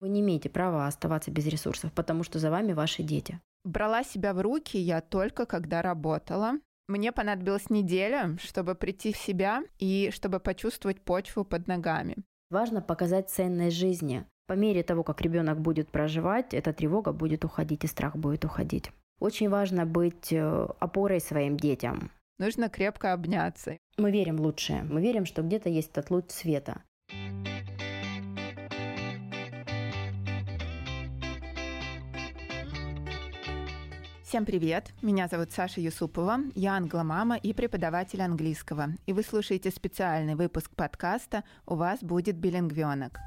Вы не имеете права оставаться без ресурсов, потому что за вами ваши дети. Брала себя в руки я только когда работала. Мне понадобилась неделя, чтобы прийти в себя и чтобы почувствовать почву под ногами. Важно показать ценность жизни. По мере того, как ребенок будет проживать, эта тревога будет уходить и страх будет уходить. Очень важно быть опорой своим детям. Нужно крепко обняться. Мы верим в лучшее. Мы верим, что где-то есть этот луч света. Всем привет! Меня зовут Саша Юсупова, я англомама и преподаватель английского. И вы слушаете специальный выпуск подкаста «У вас будет билингвенок».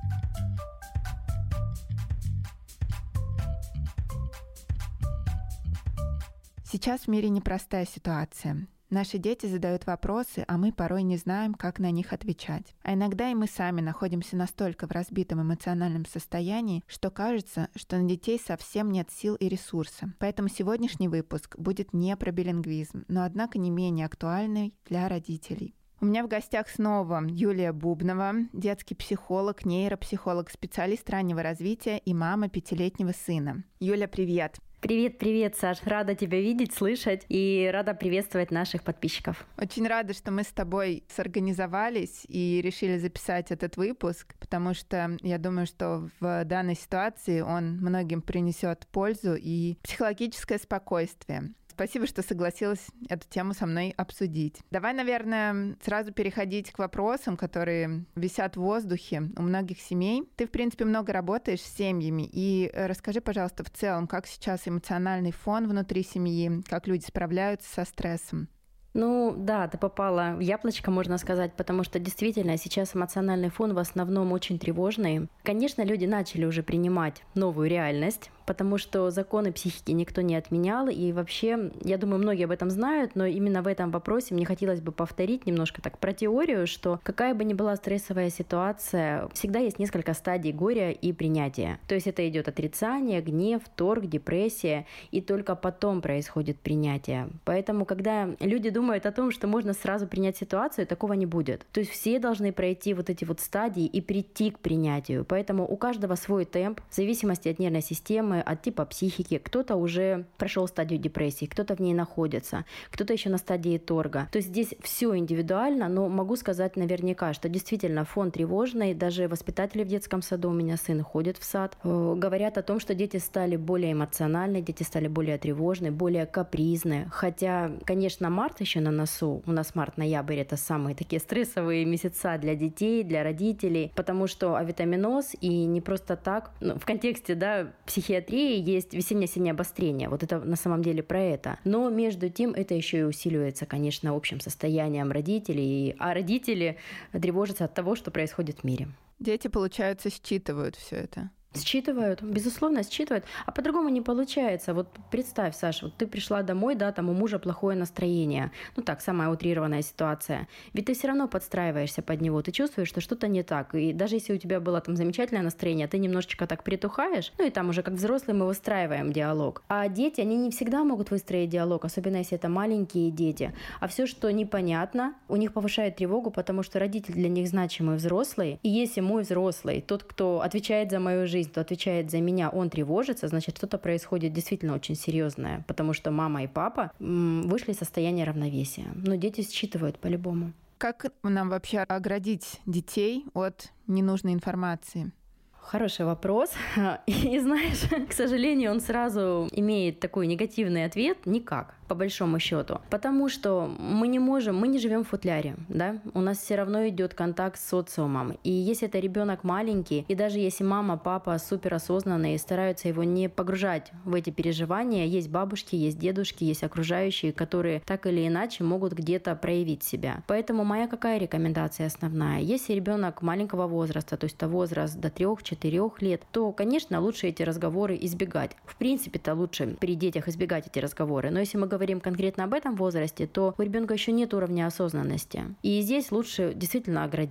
Сейчас в мире непростая ситуация. Наши дети задают вопросы, а мы порой не знаем, как на них отвечать. А иногда и мы сами находимся настолько в разбитом эмоциональном состоянии, что кажется, что на детей совсем нет сил и ресурса. Поэтому сегодняшний выпуск будет не про билингвизм, но однако не менее актуальный для родителей. У меня в гостях снова Юлия Бубнова, детский психолог, нейропсихолог, специалист раннего развития и мама 5-летнего сына. Юля, привет! Привет, Саш. Рада тебя видеть, слышать и рада приветствовать наших подписчиков. Очень рада, что мы с тобой сорганизовались и решили записать этот выпуск, потому что я думаю, что в данной ситуации он многим принесет пользу и психологическое спокойствие. Спасибо, что согласилась эту тему со мной обсудить. Давай, наверное, сразу переходить к вопросам, которые висят в воздухе у многих семей. Ты, в принципе, много работаешь с семьями. И расскажи, пожалуйста, в целом, как сейчас эмоциональный фон внутри семьи, как люди справляются со стрессом? Ну да, ты попала в яблочко, можно сказать, потому что действительно сейчас эмоциональный фон в основном очень тревожный. Конечно, люди начали уже принимать новую реальность, потому что законы психики никто не отменял. И вообще, я думаю, многие об этом знают, но именно в этом вопросе мне хотелось бы повторить немножко так про теорию, что какая бы ни была стрессовая ситуация, всегда есть несколько стадий горя и принятия. То есть это идет отрицание, гнев, торг, депрессия, и только потом происходит принятие. Поэтому, когда люди думают о том, что можно сразу принять ситуацию, такого не будет. То есть все должны пройти вот эти вот стадии и прийти к принятию. Поэтому у каждого свой темп, в зависимости от нервной системы, от типа психики. Кто-то уже прошел стадию депрессии, кто-то в ней находится, кто-то еще на стадии торга. То есть здесь все индивидуально, но могу сказать наверняка, что действительно фон тревожный. Даже воспитатели в детском саду, у меня сын ходит в сад, говорят о том, что дети стали более эмоциональны, дети стали более тревожны, более капризны. Хотя, конечно, март еще на носу. У нас март-ноябрь — это самые такие стрессовые месяца для детей, для родителей, потому что авитаминоз, и не просто так, в контексте, психиатрии есть весенне-осеннее обострение. Вот это на самом деле про это. Но между тем это еще и усиливается, конечно, общим состоянием родителей, а родители тревожатся от того, что происходит в мире. Дети, получается, считывают все это. Считывают, безусловно, считывают, а по-другому не получается. Вот представь, Саша, вот ты пришла домой, там у мужа плохое настроение. Самая утрированная ситуация. Ведь ты все равно подстраиваешься под него, ты чувствуешь, что что-то не так. И даже если у тебя было замечательное настроение, ты немножечко так притухаешь, и там уже как взрослые мы выстраиваем диалог. А дети, они не всегда могут выстроить диалог, особенно если это маленькие дети. А все, что непонятно, у них повышает тревогу, потому что родитель для них значимый взрослый. И если мой взрослый, тот, кто отвечает за мою жизнь, кто отвечает за меня, он тревожится, значит, что-то происходит действительно очень серьезное, потому что мама и папа вышли из состояния равновесия. Но дети считывают по-любому. Как нам вообще оградить детей от ненужной информации? Хороший вопрос. И знаешь, к сожалению, он сразу имеет такой негативный ответ. Никак, по большому счету. Потому что мы не живем в футляре, У нас все равно идет контакт с социумом. И если это ребенок маленький, и даже если мама, папа суперосознанные и стараются его не погружать в эти переживания, есть бабушки, есть дедушки, есть окружающие, которые так или иначе могут где-то проявить себя. Поэтому моя какая рекомендация основная? Если ребенок маленького возраста, то есть это возраст до 3-4 лет, то, конечно, лучше эти разговоры избегать. В принципе-то лучше при детях избегать эти разговоры. Но если мы говорим конкретно об этом возрасте, то у ребенка еще нет уровня осознанности. И здесь лучше действительно оградить.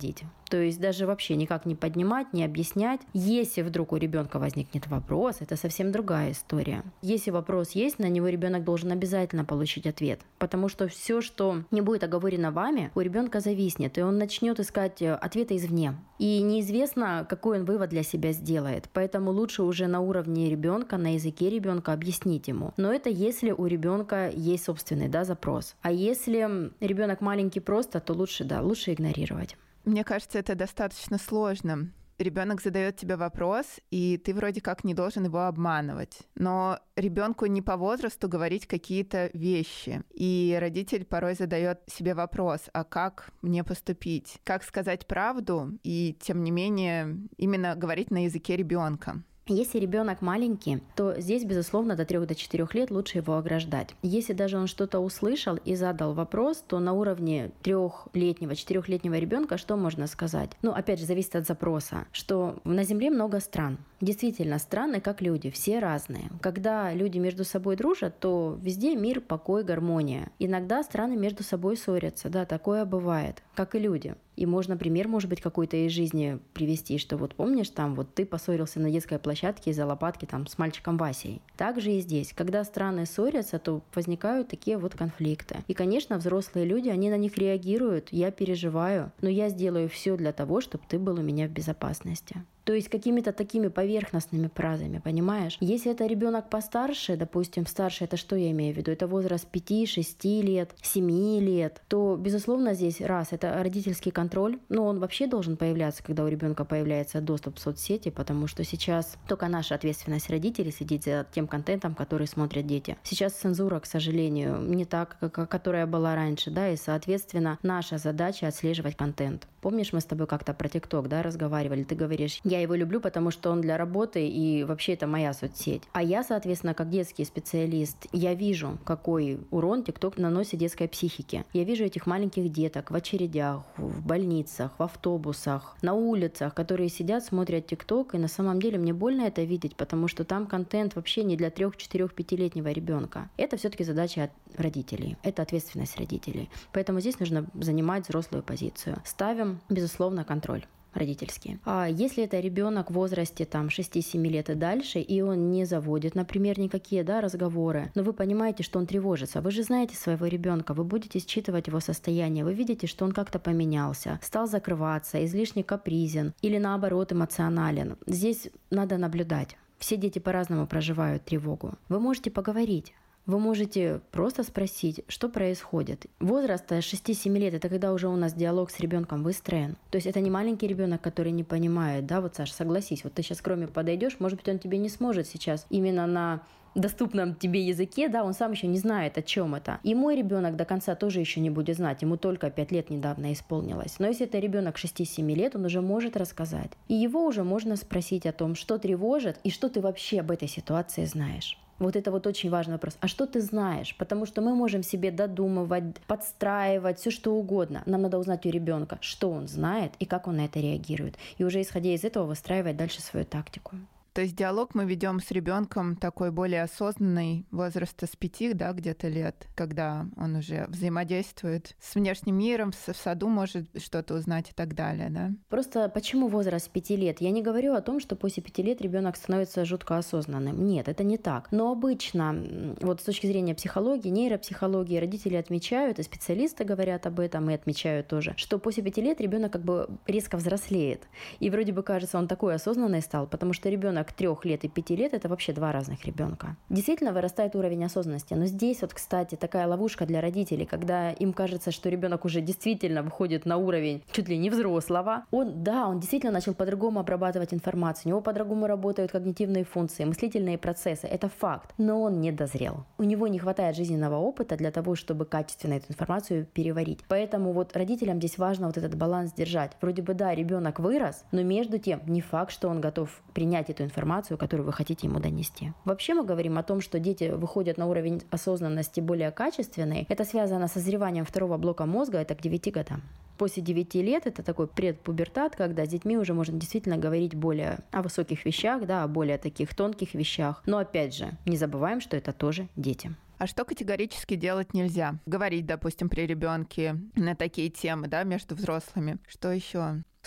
То есть даже вообще никак не поднимать, не объяснять. Если вдруг у ребенка возникнет вопрос, это совсем другая история. Если вопрос есть, на него ребенок должен обязательно получить ответ. Потому что все, что не будет оговорено вами, у ребенка зависнет, и он начнет искать ответы извне. И неизвестно, какой он вывод для себя сделает. Поэтому лучше уже на уровне ребенка, на языке ребенка объяснить ему. Но это если у ребенка есть собственный запрос. А если ребенок маленький просто, то лучше игнорировать. Мне кажется, это достаточно сложно. Ребенок задает тебе вопрос, и ты вроде как не должен его обманывать. Но ребенку не по возрасту говорить какие-то вещи. И родитель порой задает себе вопрос, а как мне поступить? Как сказать правду и, тем не менее, именно говорить на языке ребенка? Если ребенок маленький, то здесь, безусловно, до 3-4 лет лучше его ограждать. Если даже он что-то услышал и задал вопрос, то на уровне 3-летнего, 4-летнего ребенка что можно сказать? Опять же, зависит от запроса, что на Земле много стран. Действительно, страны, как люди, все разные. Когда люди между собой дружат, то везде мир, покой, гармония. Иногда страны между собой ссорятся, да, такое бывает, как и люди. И можно пример, может быть, какой-то из жизни привести, что помнишь, ты поссорился на детской площадке из-за лопатки с мальчиком Васей. Также и здесь. Когда страны ссорятся, то возникают такие конфликты. И, конечно, взрослые люди, они на них реагируют, я переживаю, но я сделаю все для того, чтобы ты был у меня в безопасности. То есть какими-то такими поверхностными фразами, понимаешь? Если это ребенок постарше, допустим, старше, это что я имею в виду? Это возраст 5, 6 лет, 7 лет, то, безусловно, здесь это родительский контроль, но он вообще должен появляться, когда у ребенка появляется доступ в соцсети, потому что сейчас только наша ответственность родителей следить за тем контентом, который смотрят дети. Сейчас цензура, к сожалению, не так, которая была раньше, да, и, соответственно, наша задача отслеживать контент. Помнишь, мы с тобой как-то про ТикТок, да, разговаривали? Ты говоришь, я его люблю, потому что он для работы, и вообще это моя соцсеть. А я, соответственно, как детский специалист, я вижу, какой урон ТикТок наносит детской психике. Я вижу этих маленьких деток в очередях, в больницах, в автобусах, на улицах, которые сидят, смотрят ТикТок, и на самом деле мне больно это видеть, потому что там контент вообще не для 3, 4, 5-летнего ребенка. Это все-таки задача родителей, это ответственность родителей. Поэтому здесь нужно занимать взрослую позицию. Ставим, безусловно, контроль родительские. А если это ребенок в возрасте 6-7 лет и дальше, и он не заводит, например, никакие разговоры, но вы понимаете, что он тревожится, вы же знаете своего ребенка, вы будете считывать его состояние, вы видите, что он как-то поменялся, стал закрываться, излишне капризен или наоборот эмоционален. Здесь надо наблюдать. Все дети по-разному проживают тревогу. Вы можете поговорить. Вы можете просто спросить, что происходит. Возраст 6-7 лет — это когда уже у нас диалог с ребенком выстроен. То есть это не маленький ребенок, который не понимает, да, Саш, согласись, ты сейчас к Роме подойдешь, может быть, он тебе не сможет сейчас именно на доступном тебе языке, да, он сам еще не знает, о чем это. И мой ребенок до конца тоже еще не будет знать, ему только 5 лет недавно исполнилось. Но если это ребенок 6-7 лет, он уже может рассказать. И его уже можно спросить о том, что тревожит и что ты вообще об этой ситуации знаешь. Это очень важный вопрос. А что ты знаешь? Потому что мы можем себе додумывать, подстраивать, все что угодно. Нам надо узнать у ребенка, что он знает и как он на это реагирует. И уже исходя из этого выстраивать дальше свою тактику. То есть диалог мы ведем с ребенком такой более осознанный, возраста с 5, да, где-то лет, когда он уже взаимодействует с внешним миром, в саду может что-то узнать и так далее, да? Просто почему возраст 5 лет? Я не говорю о том, что после 5 лет ребенок становится жутко осознанным. Нет, это не так. Но обычно, с точки зрения психологии, нейропсихологии, родители отмечают, и специалисты говорят об этом, и отмечают тоже, что после 5 лет ребенок резко взрослеет. И вроде бы кажется, он такой осознанный стал, потому что ребенок 3 лет и 5 лет — это вообще 2 разных ребенка. Действительно вырастает уровень осознанности, но здесь кстати, такая ловушка для родителей, когда им кажется, что ребенок уже действительно выходит на уровень чуть ли не взрослого. Он действительно начал по-другому обрабатывать информацию, у него по-другому работают когнитивные функции, мыслительные процессы, это факт, но он не дозрел. У него не хватает жизненного опыта для того, чтобы качественно эту информацию переварить. Поэтому родителям здесь важно этот баланс держать. Вроде бы ребенок вырос, но между тем не факт, что он готов принять эту информацию, которую вы хотите ему донести. Вообще мы говорим о том, что дети выходят на уровень осознанности более качественный. Это связано с созреванием второго блока мозга, это к 9 годам. После 9 лет это такой предпубертат, когда с детьми уже можно действительно говорить более о высоких вещах, да, о более таких тонких вещах. Но опять же, не забываем, что это тоже дети. А что категорически делать нельзя? Говорить, допустим, при ребенке на такие темы, да, между взрослыми. Что еще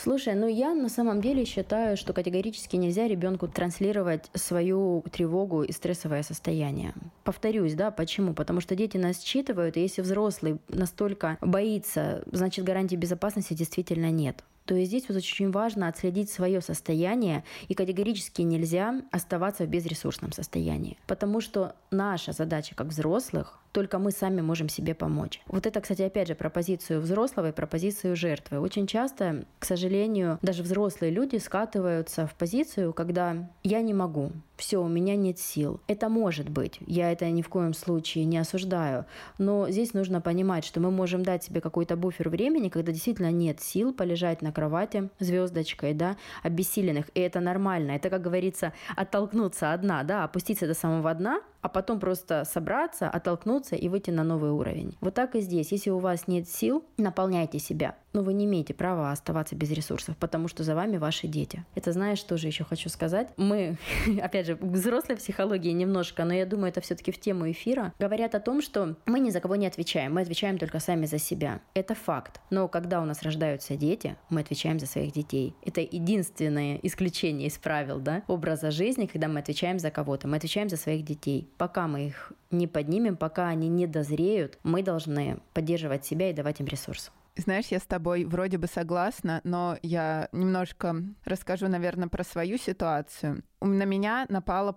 Слушай, я на самом деле считаю, что категорически нельзя ребенку транслировать свою тревогу и стрессовое состояние. Повторюсь, да, почему? Потому что дети нас считывают, и если взрослый настолько боится, значит гарантии безопасности действительно нет. То есть здесь очень важно отследить свое состояние, и категорически нельзя оставаться в безресурсном состоянии. Потому что наша задача как взрослых, только мы сами можем себе помочь. Вот это, кстати, опять же про позицию взрослого и про позицию жертвы. Очень часто, к сожалению, даже взрослые люди скатываются в позицию, когда я не могу, все, у меня нет сил. Это может быть, я это ни в коем случае не осуждаю, но здесь нужно понимать, что мы можем дать себе какой-то буфер времени, когда действительно нет сил полежать на кровати звездочкой, да, обессиленных, и это нормально. Это, как говорится, оттолкнуться от дна, да, опуститься до самого дна, а потом просто собраться, оттолкнуться и выйти на новый уровень. Вот так и здесь. Если у вас нет сил, наполняйте себя. Но вы не имеете права оставаться без ресурсов, потому что за вами ваши дети. Это, знаешь, тоже еще хочу сказать. Мы, опять же, взрослой психологии немножко, но я думаю, это все-таки в тему эфира, говорят о том, что мы ни за кого не отвечаем, мы отвечаем только сами за себя. Это факт. Но когда у нас рождаются дети, мы отвечаем за своих детей. Это единственное исключение из правил, да, образа жизни, когда мы отвечаем за кого-то. Мы отвечаем за своих детей. Пока мы их не поднимем, пока они не дозреют, мы должны поддерживать себя и давать им ресурс. Знаешь, я с тобой вроде бы согласна, но я немножко расскажу, наверное, про свою ситуацию. На меня напала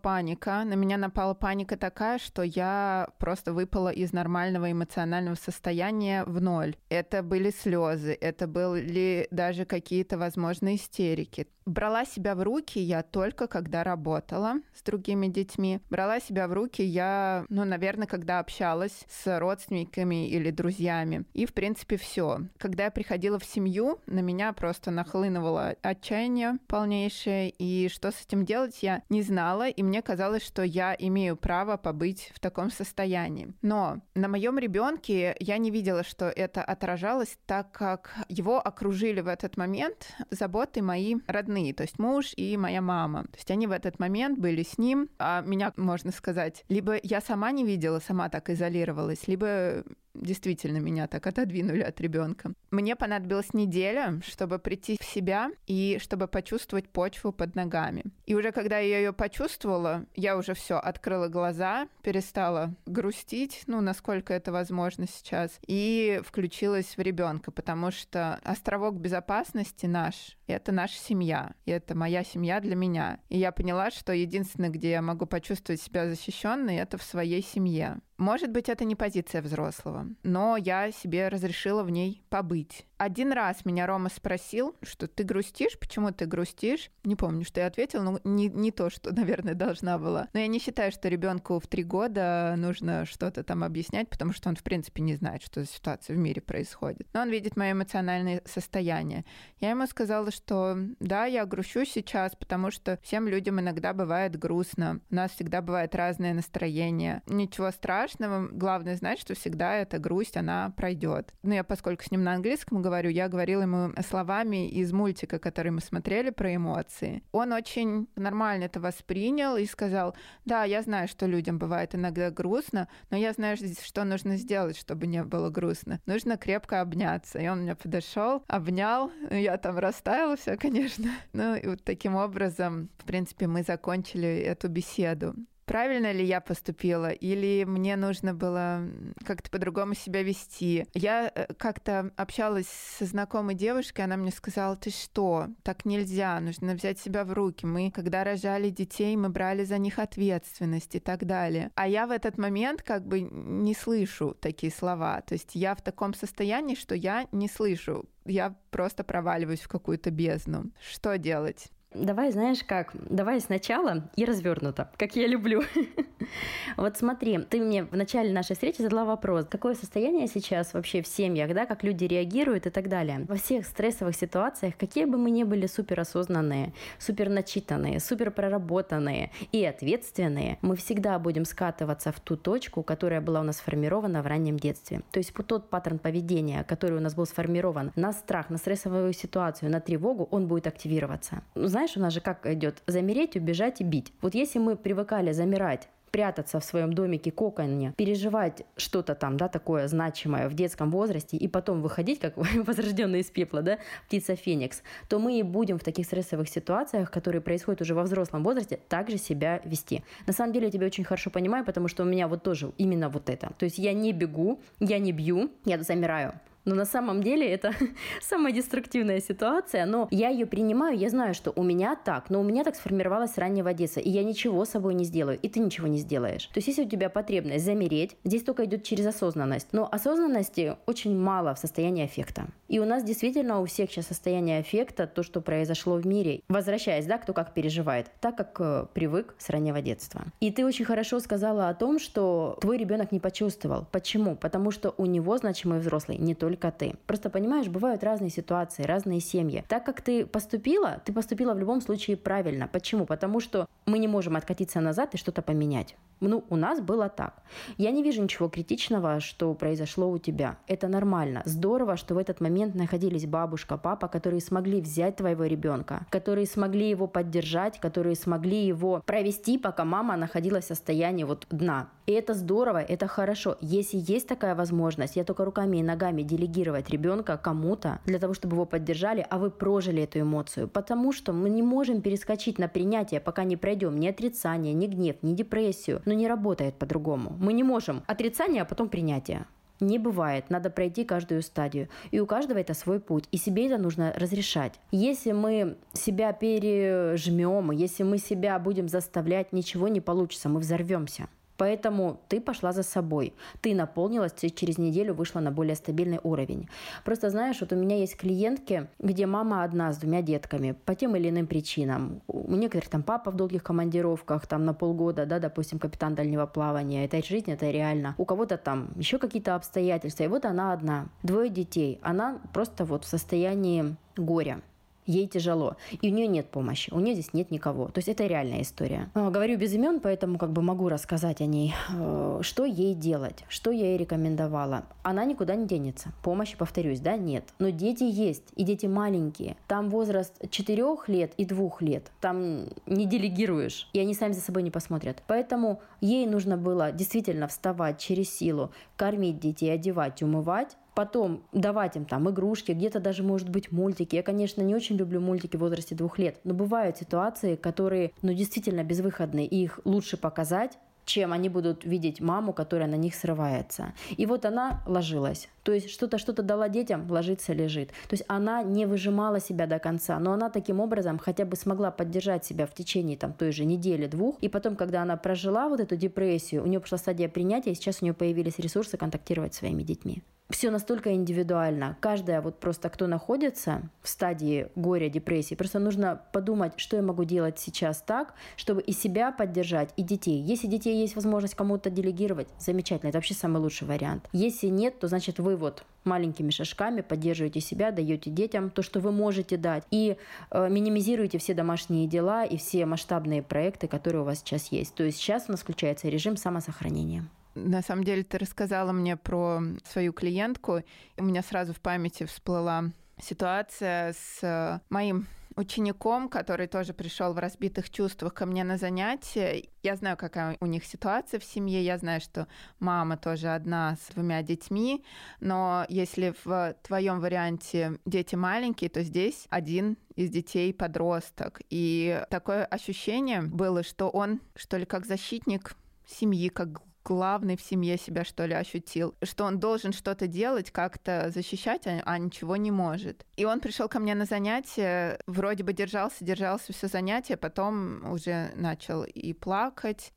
паника такая, что я просто выпала из нормального эмоционального состояния в ноль. Это были слезы, это были даже какие-то, возможно, истерики. Брала себя в руки я только когда работала с другими детьми. Брала себя в руки я, наверное, когда общалась с родственниками или друзьями. И, в принципе, все. Когда я приходила в семью, на меня просто нахлынуло отчаяние полнейшее. И что с этим делать, я не знала, и мне казалось, что я имею право побыть в таком состоянии. Но на моем ребенке я не видела, что это отражалось, так как его окружили в этот момент заботы мои родные, то есть муж и моя мама. То есть они в этот момент были с ним, а меня, можно сказать, либо я сама не видела, сама так изолировалась, либо действительно меня так отодвинули от ребенка. Мне понадобилась неделя, чтобы прийти в себя и чтобы почувствовать почву под ногами. И уже когда я ее почувствовала, я уже все открыла глаза, перестала грустить, насколько это возможно сейчас, и включилась в ребенка, потому что островок безопасности наш — это наша семья, и это моя семья для меня. И я поняла, что единственное, где я могу почувствовать себя защищенной, это в своей семье. Может быть, это не позиция взрослого, но я себе разрешила в ней побыть. Один раз меня Рома спросил, что ты грустишь, почему ты грустишь? Не помню, что я ответила, не то, что, наверное, должна была. Но я не считаю, что ребенку в 3 года нужно что-то там объяснять, потому что он, в принципе, не знает, что за ситуация в мире происходит. Но он видит мое эмоциональное состояние. Я ему сказала, что да, я грущу сейчас, потому что всем людям иногда бывает грустно. У нас всегда бывает разное настроение. Ничего страшного. Главное знать, что всегда эта грусть, она пройдет. Но я, поскольку с ним на английском говорю, я говорила ему словами из мультика, который мы смотрели, про эмоции. Он очень нормально это воспринял и сказал: да, я знаю, что людям бывает иногда грустно, но я знаю, что нужно сделать, чтобы не было грустно. Нужно крепко обняться. И он меня подошел, обнял, я там растаяла вся, конечно. И вот таким образом, в принципе, мы закончили эту беседу. Правильно ли я поступила, или мне нужно было как-то по-другому себя вести? Я как-то общалась со знакомой девушкой, она мне сказала: ты что, так нельзя, нужно взять себя в руки. Мы, когда рожали детей, мы брали за них ответственность и так далее. А я в этот момент как бы не слышу такие слова. То есть я в таком состоянии, что я не слышу. Я просто проваливаюсь в какую-то бездну. Что делать? Давай, знаешь как, давай сначала и развернуто, как я люблю. Вот смотри, ты мне в начале нашей встречи задала вопрос, какое состояние сейчас вообще в семьях, да, как люди реагируют и так далее. Во всех стрессовых ситуациях, какие бы мы ни были суперосознанные, суперначитанные, суперпроработанные и ответственные, мы всегда будем скатываться в ту точку, которая была у нас сформирована в раннем детстве. То есть вот тот паттерн поведения, который у нас был сформирован на страх, на стрессовую ситуацию, на тревогу, он будет активироваться. Знаешь, у нас же как идет: замереть, убежать и бить. Вот если мы привыкали замирать прятаться в своем домике, коконе, переживать что-то там, да, такое значимое в детском возрасте и потом выходить, как возрожденный из пепла, да, птица Феникс, то мы и будем в таких стрессовых ситуациях, которые происходят уже во взрослом возрасте, также себя вести. На самом деле я тебя очень хорошо понимаю, потому что у меня вот тоже именно вот это. То есть я не бегу, я не бью, я замираю. Но на самом деле это самая деструктивная ситуация, но я ее принимаю, я знаю, что у меня так, но у меня так сформировалось с раннего детства, и я ничего с собой не сделаю, и ты ничего не сделаешь. То есть если у тебя потребность замереть, здесь только идет через осознанность, но осознанности очень мало в состоянии аффекта. И у нас действительно у всех сейчас состояние аффекта, то, что произошло в мире, возвращаясь, да, кто как переживает, так как привык с раннего детства. И ты очень хорошо сказала о том, что твой ребенок не почувствовал. Почему? Потому что у него значимый взрослый, не только ты. Просто понимаешь, бывают разные ситуации, разные семьи. Так как ты поступила в любом случае правильно. Почему? Потому что мы не можем откатиться назад и что-то поменять. У нас было так. Я не вижу ничего критичного, что произошло у тебя. Это нормально. Здорово, что в этот момент находились бабушка, папа, которые смогли взять твоего ребенка, которые смогли его поддержать, которые смогли его провести, пока мама находилась в состоянии дна. И это здорово, это хорошо. Если есть такая возможность, я только руками и ногами делегировать ребенка кому-то для того, чтобы его поддержали, а вы прожили эту эмоцию. Потому что мы не можем перескочить на принятие, пока не пройдем ни отрицание, ни гнев, ни депрессию. Но не работает по-другому. Мы не можем отрицание, а потом принятие. Не бывает. Надо пройти каждую стадию. И у каждого это свой путь. И себе это нужно разрешать. Если мы себя пережмем, если мы себя будем заставлять, ничего не получится, мы взорвемся. Поэтому ты пошла за собой. Ты наполнилась, ты через неделю вышла на более стабильный уровень. Просто знаешь, у меня есть клиентки, где мама одна с 2 детками по тем или иным причинам. У некоторых там папа в долгих командировках, там на полгода, да, допустим, капитан дальнего плавания. Это жизнь, это реально. У кого-то там еще какие-то обстоятельства. И вот она одна. 2 детей. Она просто в состоянии горя. Ей тяжело, и у нее нет помощи, у нее здесь нет никого. То есть это реальная история. Говорю без имен, поэтому могу рассказать о ней. Что ей делать, что я ей рекомендовала. Она никуда не денется. Помощи, повторюсь, да, нет. Но дети есть, и дети маленькие. Там возраст 4 лет и 2 лет. Там не делегируешь, и они сами за собой не посмотрят. Поэтому ей нужно было действительно вставать через силу, кормить детей, одевать, умывать. Потом давать им там игрушки, где-то даже, может быть, мультики. Я, конечно, не очень люблю мультики в возрасте 2 лет, но бывают ситуации, которые, действительно безвыходные, и их лучше показать, чем они будут видеть маму, которая на них срывается. И вот она ложилась. То есть что-то дала детям, ложится, лежит. То есть она не выжимала себя до конца, но она таким образом хотя бы смогла поддержать себя в течение той же недели-2. И потом, когда она прожила эту депрессию, у нее пошла стадия принятия, и сейчас у нее появились ресурсы контактировать с своими детьми. Все настолько индивидуально. Каждая просто, кто находится в стадии горя, депрессии, просто нужно подумать, что я могу делать сейчас так, чтобы и себя поддержать, и детей. Если детей есть возможность кому-то делегировать, замечательно, это вообще самый лучший вариант. Если нет, то значит вы маленькими шажками поддерживаете себя, даете детям то, что вы можете дать, и минимизируете все домашние дела и все масштабные проекты, которые у вас сейчас есть. То есть сейчас у нас включается режим самосохранения. На самом деле ты рассказала мне про свою клиентку, и у меня сразу в памяти всплыла ситуация с моим учеником, который тоже пришел в разбитых чувствах ко мне на занятия. Я знаю, какая у них ситуация в семье, я знаю, что мама тоже одна с 2 детьми, но если в твоем варианте дети маленькие, то здесь один из детей подросток. И такое ощущение было, что он, что ли, как защитник семьи, как главный в семье себя, что ли, ощутил, что он должен что-то делать, как-то защищать, а ничего не может. И он пришел ко мне на занятие, вроде бы держался все занятие, потом уже начал и плакать,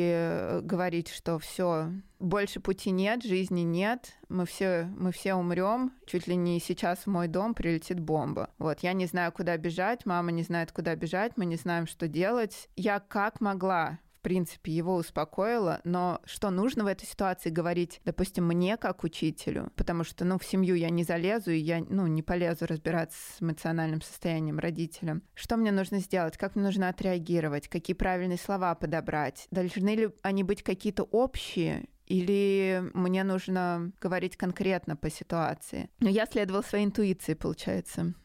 и говорить, что все, больше пути нет, жизни нет, мы все умрем, чуть ли не сейчас в мой дом прилетит бомба. Я не знаю, куда бежать, мама не знает, куда бежать, мы не знаем, что делать. Я как могла, в принципе, его успокоила, но что нужно в этой ситуации говорить, допустим, мне как учителю, потому что, в семью я не залезу, и я, не полезу разбираться с эмоциональным состоянием родителя. Что мне нужно сделать? Как мне нужно отреагировать? Какие правильные слова подобрать? Должны ли они быть какие-то общие? Или мне нужно говорить конкретно по ситуации? Но я следовала своей интуиции, получается.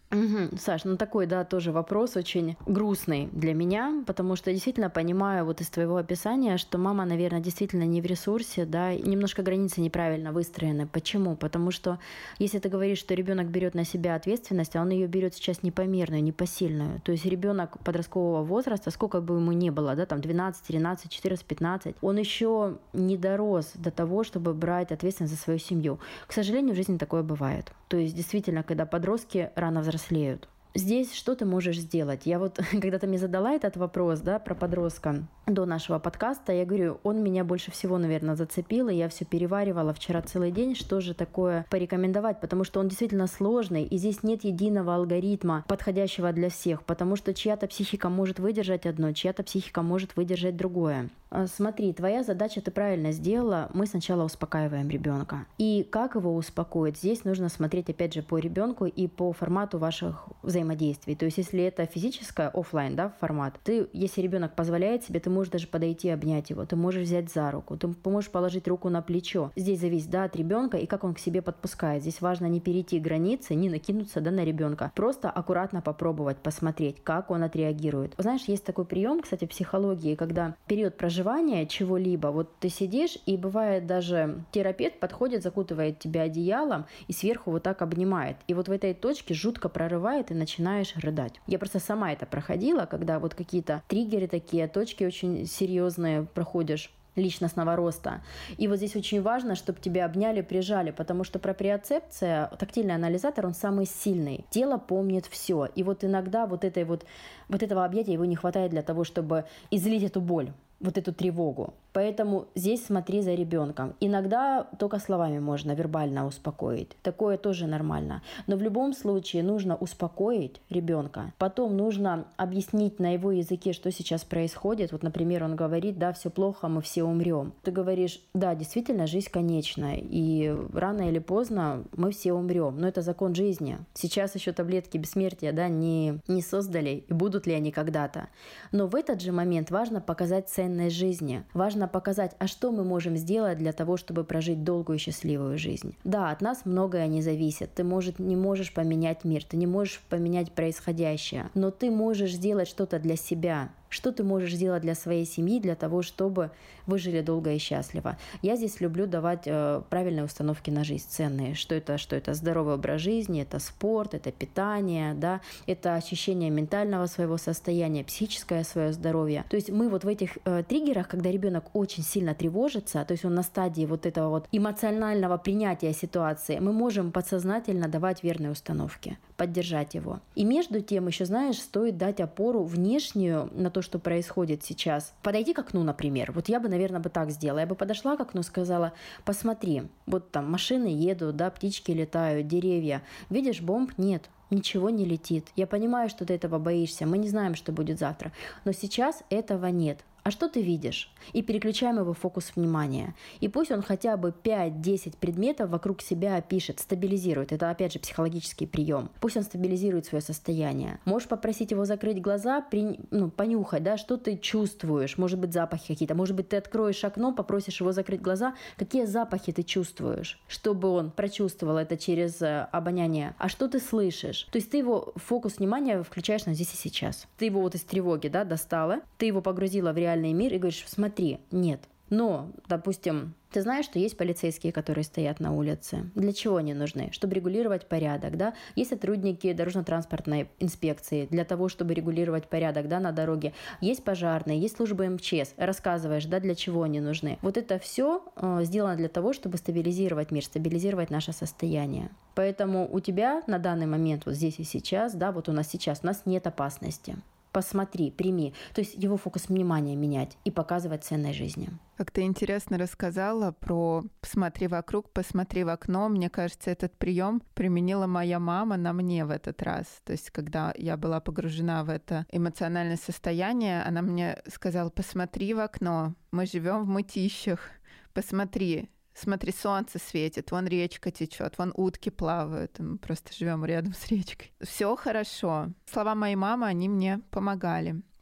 Саш, такой, да, тоже вопрос очень грустный для меня, потому что я действительно понимаю вот из твоего описания, что мама, наверное, действительно не в ресурсе, да, немножко границы неправильно выстроены. Почему? Потому что если ты говоришь, что ребенок берет на себя ответственность, а он ее берет сейчас непомерную, непосильную, то есть ребенок подросткового возраста, сколько бы ему ни было, да, там 12, 13, 14, 15, он еще не дорос до того, чтобы брать ответственность за свою семью. К сожалению, в жизни такое бывает. То есть действительно, когда подростки рано взрослеют. Здесь что ты можешь сделать? Я вот, когда ты мне задала этот вопрос, да, про подростка до нашего подкаста, я говорю, он меня больше всего, наверное, зацепил, и я все переваривала вчера целый день, что же такое порекомендовать, потому что он действительно сложный, и здесь нет единого алгоритма, подходящего для всех, потому что чья-то психика может выдержать одно, чья-то психика может выдержать другое. Смотри, твоя задача ты правильно сделала. Мы сначала успокаиваем ребенка. И как его успокоить? Здесь нужно смотреть, опять же, по ребенку и по формату ваших взаимодействий. То есть, если это физическое, офлайн, да, формат, если ребенок позволяет себе, ты можешь даже подойти и обнять его, ты можешь взять за руку, ты можешь положить руку на плечо. Здесь зависит, да, от ребенка и как он к себе подпускает. Здесь важно не перейти границы, не накинуться, да, на ребенка. Просто аккуратно попробовать, посмотреть, как он отреагирует. Знаешь, есть такой прием, кстати, в психологии, когда период проживания чего-либо, вот ты сидишь, и бывает даже терапевт подходит, закутывает тебя одеялом и сверху вот так обнимает. И вот в этой точке жутко прорывает, и начинаешь рыдать. Я просто сама это проходила, когда вот какие-то триггеры такие, точки очень серьезные проходишь личностного роста. И вот здесь очень важно, чтобы тебя обняли, прижали, потому что проприоцепция, тактильный анализатор, он самый сильный. Тело помнит все. И вот иногда вот этого объятия его не хватает для того, чтобы излить эту боль, вот эту тревогу. Поэтому здесь смотри за ребенком. Иногда только словами можно вербально успокоить. Такое тоже нормально. Но в любом случае нужно успокоить ребенка. Потом нужно объяснить на его языке, что сейчас происходит. Вот, например, он говорит, да, все плохо, мы все умрем. Ты говоришь, да, действительно, жизнь конечна. И рано или поздно мы все умрем. Но это закон жизни. Сейчас еще таблетки бессмертия, да, не создали. И будут ли они когда-то. Но в этот же момент важно показать ценность жизни. Важно показать, а что мы можем сделать для того, чтобы прожить долгую и счастливую жизнь. Да, от нас многое не зависит. Ты, не можешь поменять мир, ты не можешь поменять происходящее, но ты можешь сделать что-то для себя. Что ты можешь сделать для своей семьи, для того, чтобы вы жили долго и счастливо? Я здесь люблю давать правильные установки на жизнь, ценные. Что это здоровый образ жизни, это спорт, это питание, да, это ощущение ментального своего состояния, психическое свое здоровье. То есть мы вот в этих триггерах, когда ребенок очень сильно тревожится, то есть он на стадии вот этого вот эмоционального принятия ситуации, мы можем подсознательно давать верные установки, поддержать его. И между тем еще, знаешь, стоит дать опору внешнюю на то, что происходит сейчас. Подойти к окну, например. Вот я бы, наверное, так сделала. Я бы подошла к окну, сказала, посмотри, вот там машины едут, да, птички летают, деревья. Видишь, бомб нет. Ничего не летит. Я понимаю, что ты этого боишься. Мы не знаем, что будет завтра. Но сейчас этого нет. А что ты видишь? И переключаем его фокус внимания. И пусть он хотя бы 5-10 предметов вокруг себя опишет, стабилизирует. Это, опять же, психологический прием. Пусть он стабилизирует свое состояние. Можешь попросить его закрыть глаза, понюхать, да, что ты чувствуешь. Может быть, запахи какие-то. Может быть, ты откроешь окно, попросишь его закрыть глаза. Какие запахи ты чувствуешь? Чтобы он прочувствовал это через обоняние. А что ты слышишь? То есть ты его фокус внимания включаешь на здесь и сейчас. Ты его вот из тревоги, да, достала. Ты его погрузила в реальный мир и говоришь, смотри, нет. Но, допустим, ты знаешь, что есть полицейские, которые стоят на улице. Для чего они нужны? Чтобы регулировать порядок, да? Есть сотрудники дорожно-транспортной инспекции для того, чтобы регулировать порядок, да, на дороге. Есть пожарные, есть службы МЧС. Рассказываешь, да, для чего они нужны. Вот это все сделано для того, чтобы стабилизировать мир, стабилизировать наше состояние. Поэтому у тебя на данный момент, вот здесь и сейчас, да, вот у нас нет опасности. Посмотри, прими. То есть его фокус внимания менять и показывать ценной жизни. Как ты интересно рассказала про «посмотри вокруг, посмотри в окно». Мне кажется, этот прием применила моя мама на мне в этот раз. То есть когда я была погружена в это эмоциональное состояние, она мне сказала: посмотри в окно, мы живем в мытищах, посмотри. Смотри, солнце светит, вон речка течет, вон утки плавают, мы просто живем рядом с речкой. Все хорошо. Слова моей мамы, они мне помогали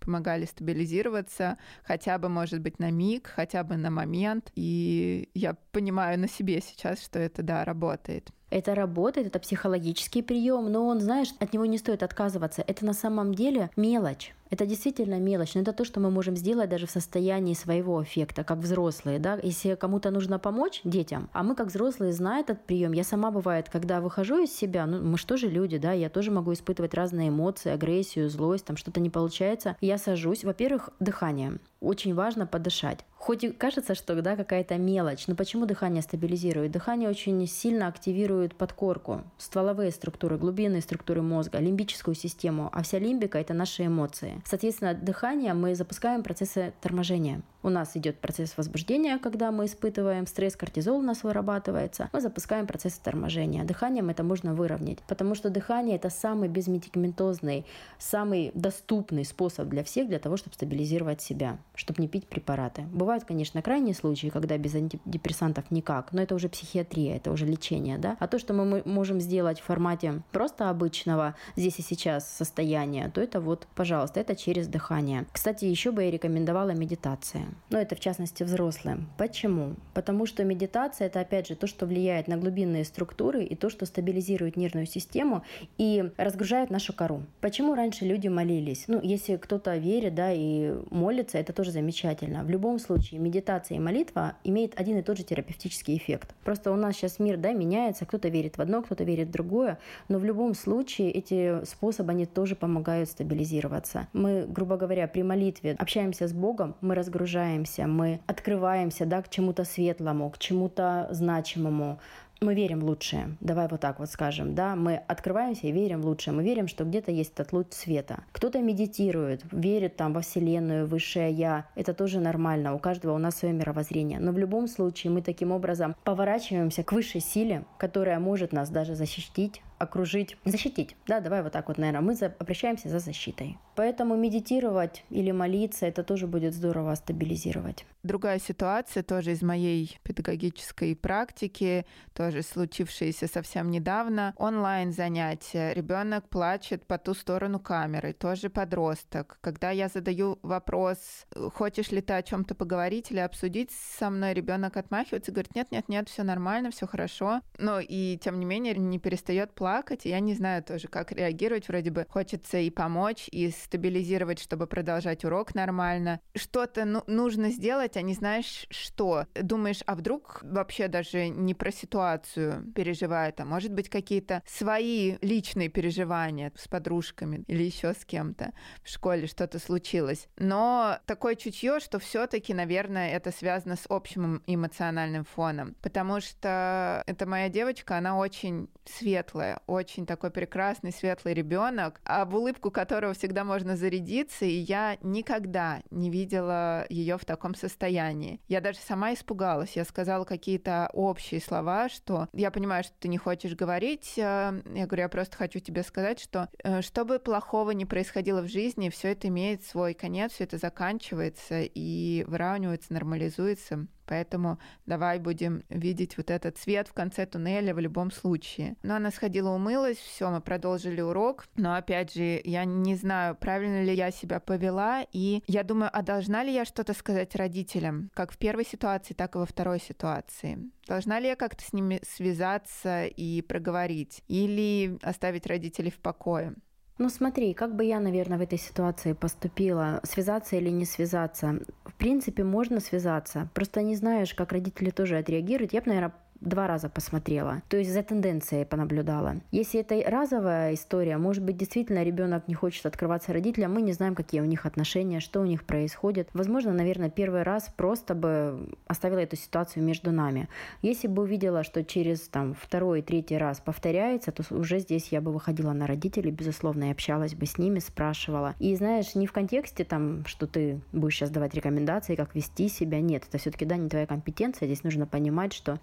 помогали стабилизироваться, хотя бы, может быть, на миг, хотя бы на момент. И я понимаю на себе сейчас, что это, да, работает. Это работает, это психологический прием, но он, знаешь, от него не стоит отказываться. Это на самом деле мелочь. Это действительно мелочь, но это то, что мы можем сделать даже в состоянии своего эффекта, как взрослые, да. Если кому-то нужно помочь детям, а мы как взрослые знаем этот прием. Я сама бывает, когда выхожу из себя, мы же тоже люди, да, я тоже могу испытывать разные эмоции, агрессию, злость, там что-то не получается. Я сажусь, во-первых, дыхание. Очень важно подышать. Хоть и кажется, что да, какая-то мелочь, но почему дыхание стабилизирует? Дыхание очень сильно активирует подкорку, стволовые структуры, глубинные структуры мозга, лимбическую систему, а вся лимбика — это наши эмоции. Соответственно, дыхание мы запускаем процессы торможения. У нас идет процесс возбуждения, когда мы испытываем стресс, кортизол у нас вырабатывается. Мы запускаем процесс торможения. Дыханием это можно выровнять, потому что дыхание — это самый безмедикаментозный, самый доступный способ для всех для того, чтобы стабилизировать себя, чтобы не пить препараты. Бывают, конечно, крайние случаи, когда без антидепрессантов никак, но это уже психиатрия, это уже лечение, да. А то, что мы можем сделать в формате просто обычного здесь и сейчас состояния, то это вот, пожалуйста, это через дыхание. Кстати, еще бы я рекомендовала медитация. Но это в частности взрослым. Почему? Потому что медитация — это опять же то, что влияет на глубинные структуры и то, что стабилизирует нервную систему и разгружает нашу кору. Почему раньше люди молились? Если кто-то верит, да, и молится, это тоже замечательно. В любом случае медитация и молитва имеют один и тот же терапевтический эффект. Просто у нас сейчас мир, да, меняется, кто-то верит в одно, кто-то верит в другое, но в любом случае эти способы, они тоже помогают стабилизироваться. Мы, грубо говоря, при молитве общаемся с Богом, мы разгружаемся, мы открываемся, да, к чему-то светлому, к чему-то значимому. Мы верим в лучшее. Давай вот так вот скажем, да, мы открываемся и верим в лучшее. Мы верим, что где-то есть этот луч света. Кто-то медитирует, верит там во Вселенную, высшее Я. Это тоже нормально. У каждого у нас свое мировоззрение. Но в любом случае мы таким образом поворачиваемся к высшей силе, которая может нас даже защитить, окружить, защитить. Да, давай вот так вот, наверное, мы обращаемся за защитой. Поэтому медитировать или молиться, это тоже будет здорово стабилизировать. Другая ситуация, тоже из моей педагогической практики, тоже случившаяся совсем недавно. Онлайн-занятия. Ребенок плачет по ту сторону камеры, тоже подросток. Когда я задаю вопрос, хочешь ли ты о чем-то поговорить или обсудить со мной, ребенок отмахивается, говорит, нет, все нормально, все хорошо. Но и тем не менее не перестает плакать. Я не знаю тоже, как реагировать. Вроде бы хочется и помочь, и стабилизировать, чтобы продолжать урок нормально. Что-то нужно сделать, а не знаешь что. Думаешь, а вдруг вообще даже не про ситуацию переживает, а может быть какие-то свои личные переживания с подружками или еще с кем-то в школе что-то случилось. Но такое чутье, что все-таки, наверное, это связано с общим эмоциональным фоном, потому что эта моя девочка, она очень светлая, очень такой прекрасный светлый ребенок, об улыбку которого всегда можно зарядиться, и я никогда не видела ее в таком состоянии. Я даже сама испугалась. Я сказала какие-то общие слова, что я понимаю, что ты не хочешь говорить. Я говорю, я просто хочу тебе сказать, что бы плохого ни происходило в жизни, все это имеет свой конец, все это заканчивается и выравнивается, нормализуется. Поэтому давай будем видеть вот этот свет в конце туннеля в любом случае. Но она сходила, умылась, все, мы продолжили урок. Но опять же, я не знаю, правильно ли я себя повела. И я думаю, а должна ли я что-то сказать родителям, как в первой ситуации, так и во второй ситуации? Должна ли я как-то с ними связаться и проговорить? Или оставить родителей в покое? Смотри, как бы я, наверное, в этой ситуации поступила, связаться или не связаться. В принципе, можно связаться, просто не знаешь, как родители тоже отреагируют. Я бы, наверное, 2 раза посмотрела, то есть за тенденцией понаблюдала. Если это разовая история, может быть, действительно ребенок не хочет открываться родителям, мы не знаем, какие у них отношения, что у них происходит. Возможно, наверное, первый раз просто бы оставила эту ситуацию между нами. Если бы увидела, что через 2-й, 3-й раз повторяется, то уже здесь я бы выходила на родителей, безусловно, и общалась бы с ними, спрашивала. И знаешь, не в контексте что ты будешь сейчас давать рекомендации, как вести себя. Нет, это все-таки не твоя компетенция. Здесь нужно понимать, что каждый занимается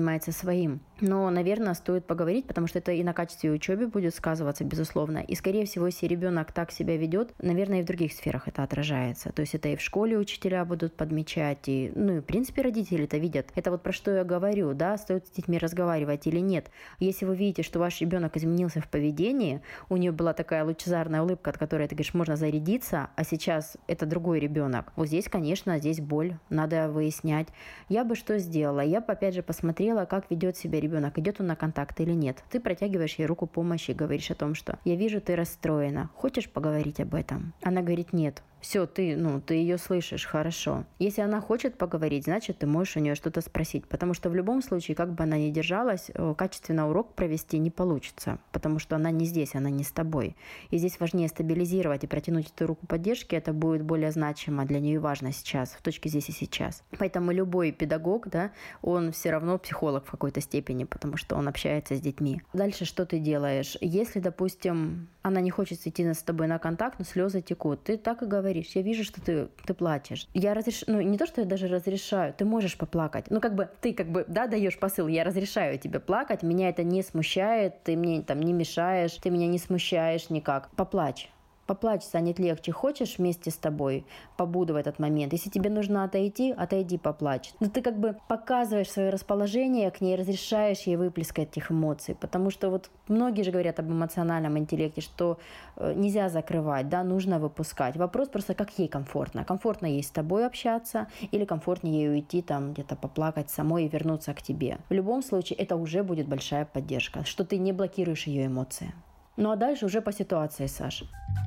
занимается своим. Но, наверное, стоит поговорить, потому что это и на качестве учебы будет сказываться, безусловно. И, скорее всего, если ребенок так себя ведет, наверное, и в других сферах это отражается. То есть это и в школе учителя будут подмечать, и, и в принципе, родители это видят. Это вот про что я говорю, да, стоит с детьми разговаривать или нет. Если вы видите, что ваш ребенок изменился в поведении, у нее была такая лучезарная улыбка, от которой ты говоришь, можно зарядиться, а сейчас это другой ребенок. Вот здесь, конечно, здесь боль, надо выяснять. Я бы что сделала? Я бы, опять же, посмотрела, как ведет себя ребенок, идет он на контакт или нет. Ты протягиваешь ей руку помощи и говоришь о том, что я вижу, ты расстроена. Хочешь поговорить об этом? Она говорит, нет. Все, ты ее слышишь, хорошо. Если она хочет поговорить, значит, ты можешь у нее что-то спросить. Потому что в любом случае, как бы она ни держалась, качественно урок провести не получится. Потому что она не здесь, она не с тобой. И здесь важнее стабилизировать и протянуть эту руку поддержки. Это будет более значимо для нее и важно сейчас, в точке здесь и сейчас. Поэтому любой педагог, да, он все равно психолог в какой-то степени, потому что он общается с детьми. Дальше что ты делаешь? Если, допустим, она не хочет идти с тобой на контакт, но слезы текут, ты так и говоришь. Я вижу, что ты плачешь. Я разрешаю, не то, что я даже разрешаю, ты можешь поплакать. Ты даешь посыл, я разрешаю тебе плакать, меня это не смущает, ты мне там не мешаешь, ты меня не смущаешь никак. Поплачь. Поплачь, станет легче. Хочешь вместе с тобой? Побуду в этот момент. Если тебе нужно отойти, отойди, поплачь. Но ты показываешь свое расположение к ней, разрешаешь ей выплеск этих эмоций. Потому что вот многие же говорят об эмоциональном интеллекте, что нельзя закрывать, да, нужно выпускать. Вопрос просто, как ей комфортно. Комфортно ей с тобой общаться или комфортнее ей уйти там где-то поплакать самой и вернуться к тебе. В любом случае, это уже будет большая поддержка, что ты не блокируешь ее эмоции. Ну а дальше уже по ситуации, Саша.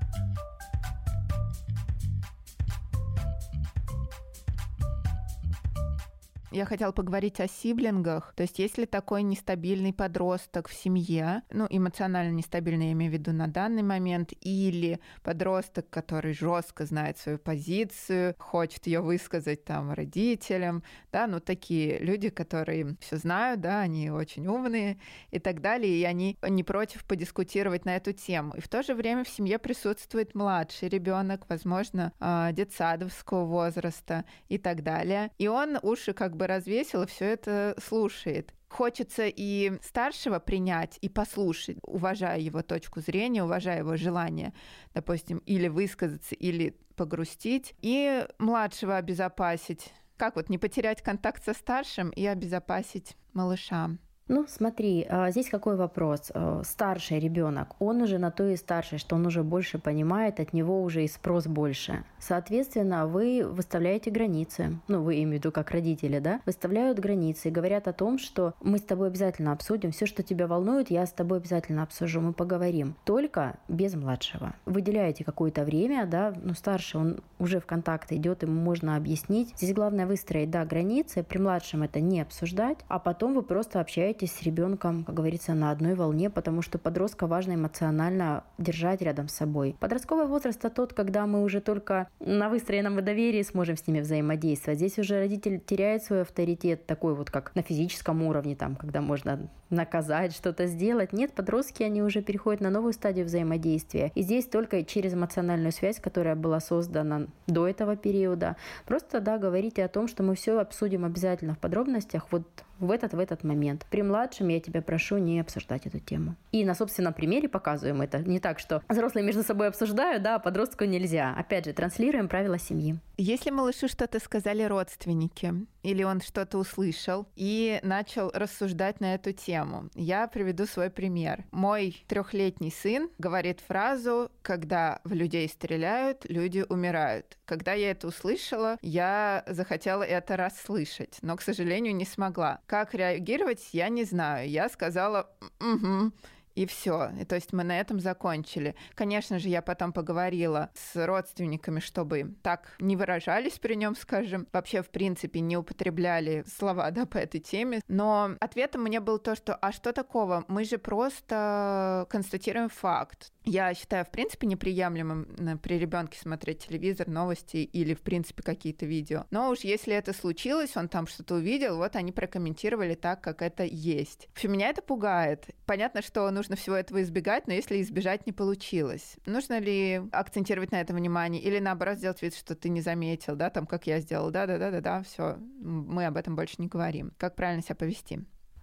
Я хотела поговорить о сиблингах. То есть если такой нестабильный подросток в семье, эмоционально нестабильный, я имею в виду на данный момент, или подросток, который жестко знает свою позицию, хочет ее высказать там родителям, да, такие люди, которые все знают, да, они очень умные и так далее, и они не против подискутировать на эту тему. И в то же время в семье присутствует младший ребенок, возможно, детсадовского возраста и так далее. И он уши развесил и все это слушает. Хочется и старшего принять и послушать, уважая его точку зрения, уважая его желание, допустим, или высказаться, или погрустить, и младшего обезопасить. Как не потерять контакт со старшим и обезопасить малыша? Смотри, здесь какой вопрос. Старший ребенок, он уже на то и старший, что он уже больше понимает, от него уже и спрос больше. Соответственно, вы выставляете границы. Вы имею в виду как родители, да? Выставляют границы и говорят о том, что мы с тобой обязательно обсудим. Все, что тебя волнует, я с тобой обязательно обсужу, мы поговорим. Только без младшего. Выделяете какое-то время, да? Старший, он уже в контакт идет, ему можно объяснить. Здесь главное выстроить, да, границы. При младшем это не обсуждать, а потом вы просто общаетесь с ребенком, как говорится, на одной волне, потому что подростка важно эмоционально держать рядом с собой. Подростковый возраст — это тот, когда мы уже только на выстроенном доверии сможем с ними взаимодействовать. Здесь уже родитель теряет свой авторитет, такой как на физическом уровне, там, когда можно наказать, что-то сделать. Нет, подростки, они уже переходят на новую стадию взаимодействия. И здесь только через эмоциональную связь, которая была создана до этого периода, просто, да, говорите о том, что мы все обсудим обязательно в подробностях в этот момент. При младшем я тебя прошу не обсуждать эту тему. И на собственном примере показываем это. Не так, что взрослые между собой обсуждают, да, а подростку нельзя. Опять же, транслируем правила семьи. Если малышу что-то сказали родственники, или он что-то услышал и начал рассуждать на эту тему, я приведу свой пример. Мой 3-летний сын говорит фразу: «Когда в людей стреляют, люди умирают». Когда я это услышала, я захотела это расслышать, но, к сожалению, не смогла. Как реагировать, я не знаю. Я сказала «угу». И все. То есть мы на этом закончили. Конечно же, я потом поговорила с родственниками, чтобы так не выражались при нем, скажем. Вообще, в принципе, не употребляли слова, да, по этой теме. Но ответом мне было то, что «а что такого? Мы же просто констатируем факт». Я считаю, в принципе, неприемлемым при ребенке смотреть телевизор, новости или, в принципе, какие-то видео. Но уж если это случилось, он там что-то увидел, вот они прокомментировали так, как это есть. В общем, меня это пугает. Понятно, что нужно всего этого избегать, но если избежать не получилось, нужно ли акцентировать на этом внимание или, наоборот, сделать вид, что ты не заметил, да, там, как я сделала, да, все, мы об этом больше не говорим. Как правильно себя повести?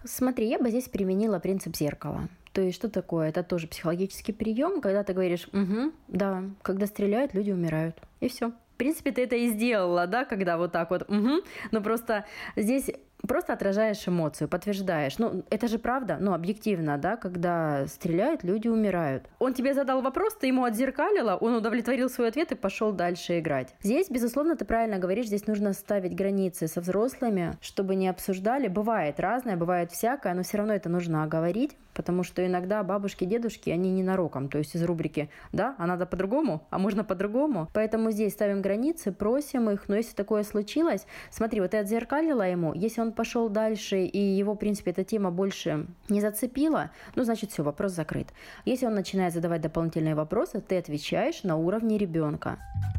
Смотри, я бы здесь применила принцип зеркала. То есть что такое? Это тоже психологический прием, когда ты говоришь, угу, да, когда стреляют, люди умирают. И все. В принципе, ты это и сделала, да, когда вот так вот, угу. Но просто здесь просто отражаешь эмоцию, подтверждаешь. Ну, это же правда, ну, объективно, да, когда стреляют, люди умирают. Он тебе задал вопрос, ты ему отзеркалила, он удовлетворил свой ответ и пошел дальше играть. Здесь, безусловно, ты правильно говоришь, здесь нужно ставить границы со взрослыми, чтобы не обсуждали. Бывает разное, бывает всякое, но все равно это нужно оговорить, потому что иногда бабушки, дедушки, они ненароком, то есть из рубрики «да, а надо по-другому, а можно по-другому». Поэтому здесь ставим границы, просим их, но если такое случилось, смотри, вот ты отзеркалила ему, если он пошел дальше и его, в принципе, эта тема больше не зацепила, ну, значит, все, вопрос закрыт. Если он начинает задавать дополнительные вопросы, ты отвечаешь на уровне ребенка.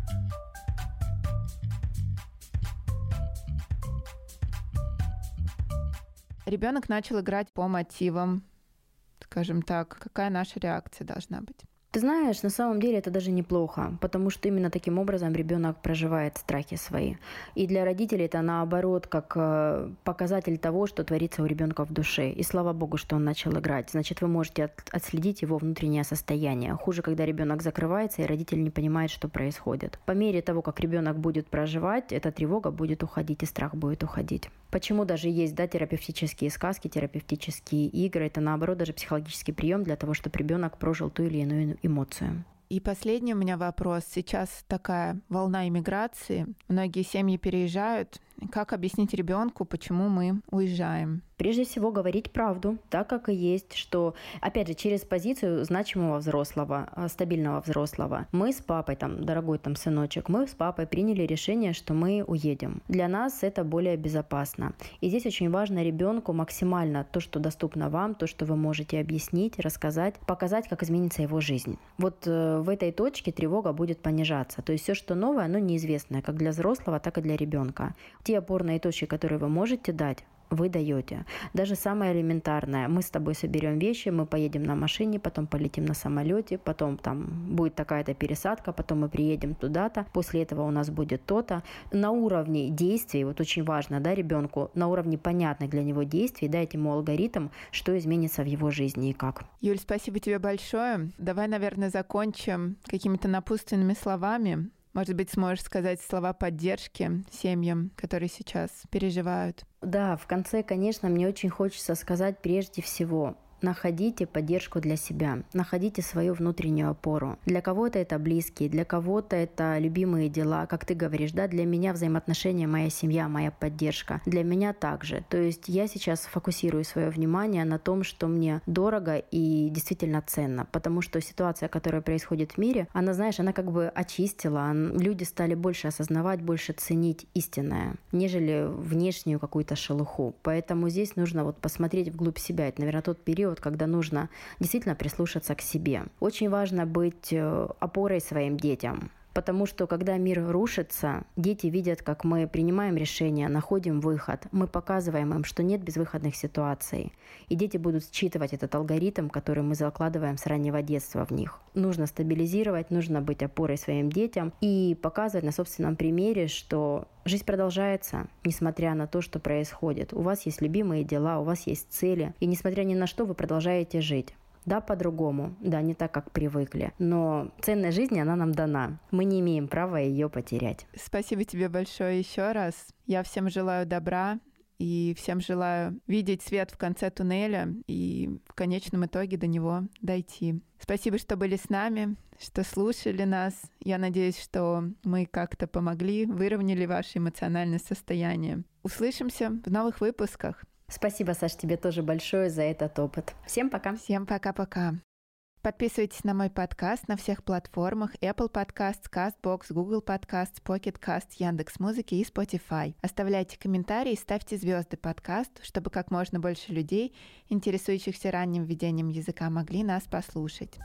Ребенок начал играть по мотивам, скажем так. Какая наша реакция должна быть? Ты знаешь, на самом деле это даже неплохо, потому что именно таким образом ребенок проживает страхи свои. И для родителей это наоборот как показатель того, что творится у ребенка в душе. И слава богу, что он начал играть. Значит, вы можете отследить его внутреннее состояние. Хуже, когда ребенок закрывается и родитель не понимает, что происходит. По мере того, как ребенок будет проживать, эта тревога будет уходить и страх будет уходить. Почему даже есть, да, терапевтические сказки, терапевтические игры? Это наоборот даже психологический прием для того, чтобы ребенок прожил ту или иную эмоцию. И последний у меня вопрос. Сейчас такая волна иммиграции. Многие семьи переезжают. Как объяснить ребенку, почему мы уезжаем? Прежде всего говорить правду, так как и есть, что, опять же, через позицию значимого взрослого, стабильного взрослого. Мы с папой, там, дорогой там сыночек, мы с папой приняли решение, что мы уедем. Для нас это более безопасно. И здесь очень важно ребенку максимально то, что доступно вам, то, что вы можете объяснить, рассказать, показать, как изменится его жизнь. Вот в этой точке тревога будет понижаться. То есть все, что новое, оно неизвестное, как для взрослого, так и для ребенка. Те опорные точки, которые вы можете дать, вы даете. Даже самое элементарное. Мы с тобой соберем вещи, мы поедем на машине, потом полетим на самолете, потом там будет такая-то пересадка, потом мы приедем туда-то, после этого у нас будет то-то. На уровне действий, вот очень важно, да, ребенку, на уровне понятных для него действий, дайте ему алгоритм, что изменится в его жизни и как. Юль, спасибо тебе большое. Давай, наверное, закончим какими-то напутственными словами. Может быть, сможешь сказать слова поддержки семьям, которые сейчас переживают? Да, в конце, конечно, мне очень хочется сказать прежде всего: находите поддержку для себя, находите свою внутреннюю опору. Для кого-то это близкие, для кого-то это любимые дела, как ты говоришь, да, для меня взаимоотношения, моя семья, моя поддержка. Для меня также. То есть я сейчас фокусирую свое внимание на том, что мне дорого и действительно ценно, потому что ситуация, которая происходит в мире, она, знаешь, она как бы очистила, люди стали больше осознавать, больше ценить истинное, нежели внешнюю какую-то шелуху. Поэтому здесь нужно вот посмотреть вглубь себя. Это, наверное, тот период, когда нужно действительно прислушаться к себе. Очень важно быть опорой своим детям. Потому что когда мир рушится, дети видят, как мы принимаем решения, находим выход. Мы показываем им, что нет безвыходных ситуаций. И дети будут считывать этот алгоритм, который мы закладываем с раннего детства в них. Нужно стабилизировать, нужно быть опорой своим детям и показывать на собственном примере, что жизнь продолжается, несмотря на то, что происходит. У вас есть любимые дела, у вас есть цели. И несмотря ни на что, вы продолжаете жить. Да, по-другому, да, не так, как привыкли. Но ценность жизни, она нам дана. Мы не имеем права ее потерять. Спасибо тебе большое еще раз. Я всем желаю добра и всем желаю видеть свет в конце туннеля и в конечном итоге до него дойти. Спасибо, что были с нами, что слушали нас. Я надеюсь, что мы как-то помогли, выровняли ваше эмоциональное состояние. Услышимся в новых выпусках. Спасибо, Саш, тебе тоже большое за этот опыт. Всем пока. Всем пока-пока. Подписывайтесь на мой подкаст на всех платформах: Apple Podcasts, CastBox, Google Podcasts, Pocket Cast, Яндекс.Музыки и Spotify. Оставляйте комментарии и ставьте звезды подкасту, чтобы как можно больше людей, интересующихся ранним введением языка, могли нас послушать.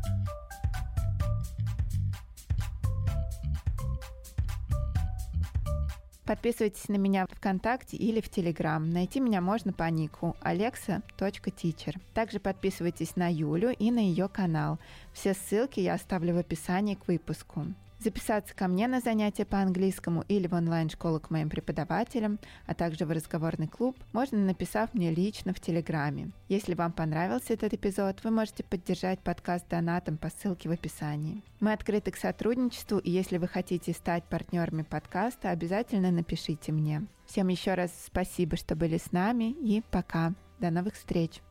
Подписывайтесь на меня в ВКонтакте или в Телеграм. Найти меня можно по нику alexa.teacher. Также подписывайтесь на Юлю и на ее канал. Все ссылки я оставлю в описании к выпуску. записаться ко мне на занятия по английскому или в онлайн-школу к моим преподавателям, а также в разговорный клуб, можно, написав мне лично в Телеграме. Если вам понравился этот эпизод, вы можете поддержать подкаст донатом по ссылке в описании. Мы открыты к сотрудничеству, и если вы хотите стать партнерами подкаста, обязательно напишите мне. Всем еще раз спасибо, что были с нами, и пока. До новых встреч!